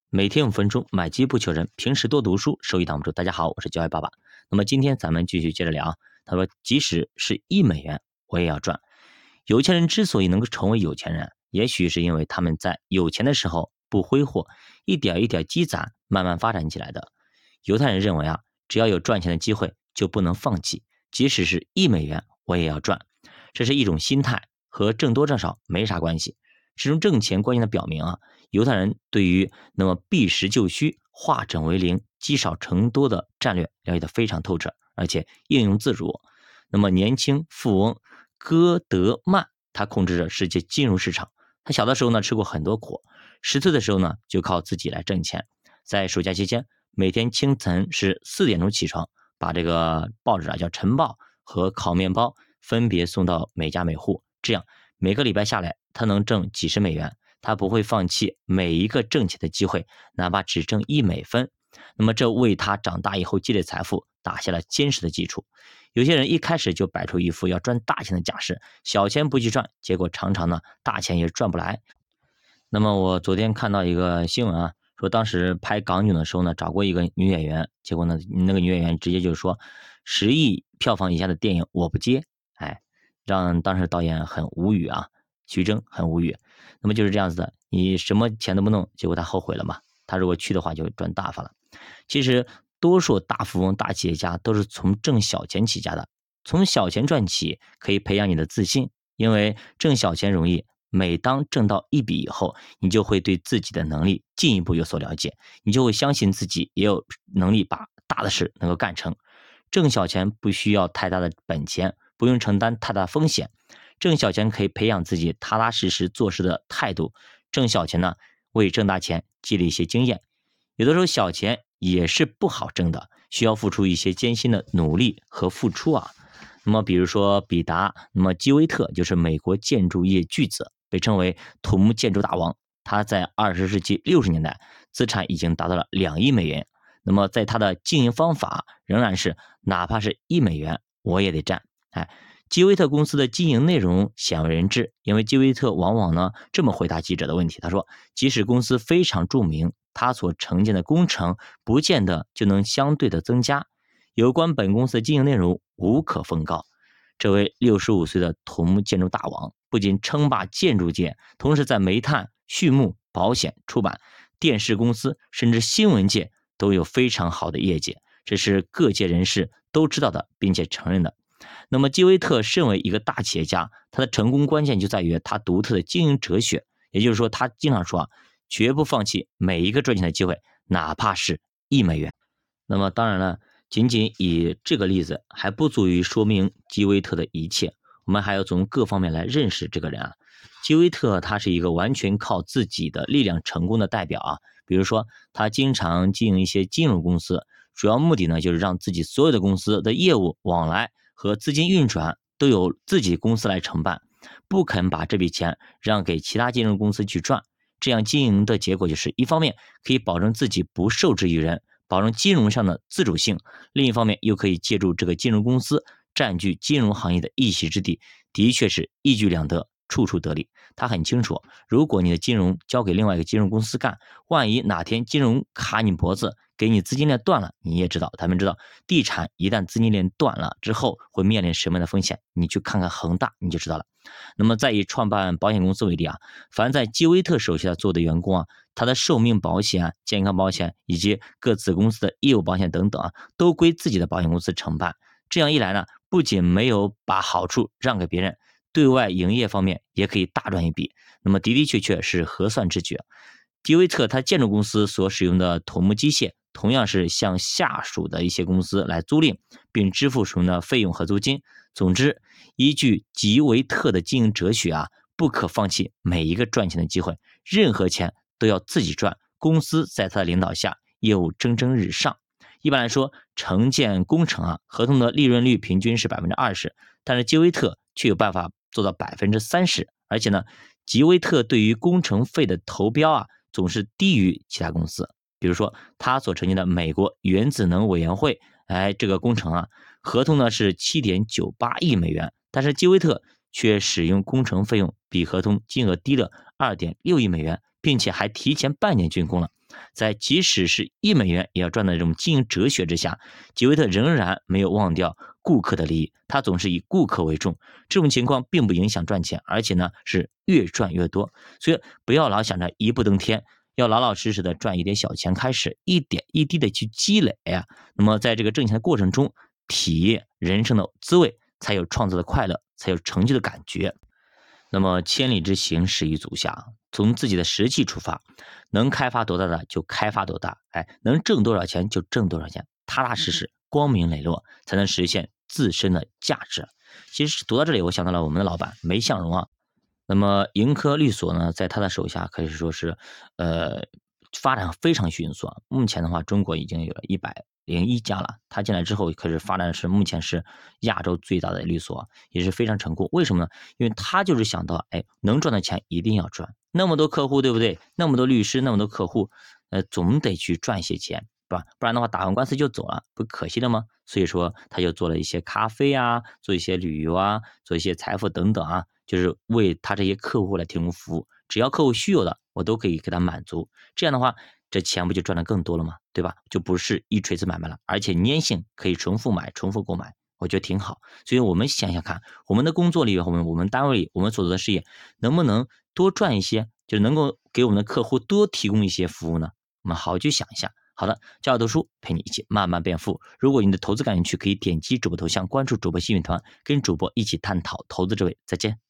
每天5分钟，买基不求人，平时多读书，收益挡不住。大家好，我是教育爸爸。那么今天咱们继续接着聊。他说，即使是1美元，我也要赚。有钱人之所以能够成为有钱人，也许是因为他们在有钱的时候不挥霍，一点一点积攒，慢慢发展起来的。犹太人认为啊，只要有赚钱的机会，就不能放弃，即使是1美元，我也要赚。这是一种心态，和挣多挣少没啥关系。是从挣钱观念的表明啊，犹太人对于那么避实就虚、化整为零、积少成多的战略了解得非常透彻，而且应用自如。那么年轻富翁戈德曼，他控制着世界金融市场。他小的时候呢吃过很多苦，10岁的时候呢就靠自己来挣钱。在暑假期间，每天清晨是4点钟起床，把这个报纸啊叫晨报和烤面包分别送到每家每户，这样每个礼拜下来，他能挣几十美元。他不会放弃每一个挣钱的机会，哪怕只挣1美分。那么这为他长大以后积累财富打下了坚实的基础。有些人一开始就摆出一副要赚大钱的架势，小钱不去赚，结果常常呢大钱也赚不来。那么我昨天看到一个新闻啊，说当时拍港囧的时候呢，找过一个女演员，结果呢那个女演员直接就说10亿票房以下的电影我不接，让当时导演很无语啊，徐峥很无语。那么就是这样子的，你什么钱都不弄，结果他后悔了嘛？他如果去的话就赚大发了。其实多数大富翁、大企业家都是从挣小钱起家的，从小钱赚起可以培养你的自信，因为挣小钱容易。每当挣到一笔以后，你就会对自己的能力进一步有所了解，你就会相信自己也有能力把大的事能够干成。挣小钱不需要太大的本钱，不用承担太大风险。挣小钱可以培养自己踏踏实实做事的态度。挣小钱呢，为挣大钱积累一些经验。有的时候小钱也是不好挣的，需要付出一些艰辛的努力和付出啊。那么比如说比达，那么基威特就是美国建筑业巨子，被称为土木建筑大王。他在20世纪60年代资产已经达到了2亿美元。那么在他的经营方法仍然是哪怕是1美元我也得占。基威特公司的经营内容鲜为人知，因为基威特往往呢这么回答记者的问题，他说即使公司非常著名，他所承建的工程不见得就能相对的增加，有关本公司的经营内容无可奉告。这位65岁的土木建筑大王不仅称霸建筑界，同时在煤炭、畜牧、保险、出版、电视公司甚至新闻界都有非常好的业绩，这是各界人士都知道的并且承认的。那么基威特身为一个大企业家，他的成功关键就在于他独特的经营哲学，也就是说他经常说绝不放弃每一个赚钱的机会，哪怕是1美元。那么当然了，仅仅以这个例子还不足以说明基威特的一切，我们还要从各方面来认识这个人啊。基威特他是一个完全靠自己的力量成功的代表啊。比如说他经常经营一些金融公司，主要目的呢就是让自己所有的公司的业务往来和资金运转都由自己公司来承办，不肯把这笔钱让给其他金融公司去赚。这样经营的结果就是一方面可以保证自己不受制于人，保证金融上的自主性，另一方面又可以借助这个金融公司占据金融行业的一席之地，的确是一举两得，处处得利。他很清楚，如果你的金融交给另外一个金融公司干，万一哪天金融卡你脖子，给你资金链断了，你也知道，他们知道地产一旦资金链断了之后会面临什么样的风险，你去看看恒大你就知道了。那么再以创办保险公司为例啊，凡在基威特手下做的员工啊，他的寿命保险、健康保险以及各子公司的业务保险等等啊，都归自己的保险公司承办。这样一来呢，不仅没有把好处让给别人，对外营业方面也可以大赚一笔。那么的的确确是核算之举。基威特他建筑公司所使用的土木机械，同样是向下属的一些公司来租赁，并支付什么的费用和租金。总之，依据基威特的经营哲学啊，不可放弃每一个赚钱的机会，任何钱都要自己赚。公司在他的领导下，业务蒸蒸日上。一般来说，承建工程啊，合同的利润率平均是20%，但是基威特却有办法做到30%，而且呢，基威特对于工程费的投标啊，总是低于其他公司。比如说他所承建的美国原子能委员会，这个工程啊，合同呢是7.98亿美元，但是基威特却使用工程费用比合同金额低了2.6亿美元，并且还提前半年竣工了。 在即使是$1也要赚的这种经营哲学之下，吉维特仍然没有忘掉顾客的利益，他总是以顾客为重。这种情况并不影响赚钱，而且呢是越赚越多。所以不要老想着一步登天，要老老实实的赚一点小钱开始，一点一滴的去积累啊。那么在这个挣钱的过程中，体验人生的滋味，才有创造的快乐，才有成就的感觉。那么千里之行，始于足下，从自己的实际出发，能开发多大的就开发多大，能挣多少钱就挣多少钱，踏踏实实，光明磊落，才能实现自身的价值。其实读到这里，我想到了我们的老板梅向荣啊。那么盈科律所呢，在他的手下可以说是，发展非常迅速啊。目前的话，中国已经有了101家了。他进来之后，开始发展目前是亚洲最大的律所，也是非常成功。为什么呢？因为他就是想到，能赚的钱一定要赚，那么多客户，对不对？那么多律师，那么多客户，总得去赚一些钱，是吧？不然的话，打完官司就走了，不可惜了吗？所以说，他就做了一些咖啡啊，做一些旅游啊，做一些财富等等啊，就是为他这些客户来提供服务。只要客户需有的，我都可以给他满足。这样的话，这钱不就赚得更多了吗？对吧？就不是一锤子买卖了，而且粘性可以重复买、重复购买，我觉得挺好。所以我们想想看，我们的工作里，我们单位里，我们所做的事业，能不能多赚一些，就能够给我们的客户多提供一些服务呢？我们好好去想一下。好的，教我读书陪你一起慢慢变富。如果你的投资感兴趣，可以点击主播头像关注主播幸运团，跟主播一起探讨投资智慧。再见。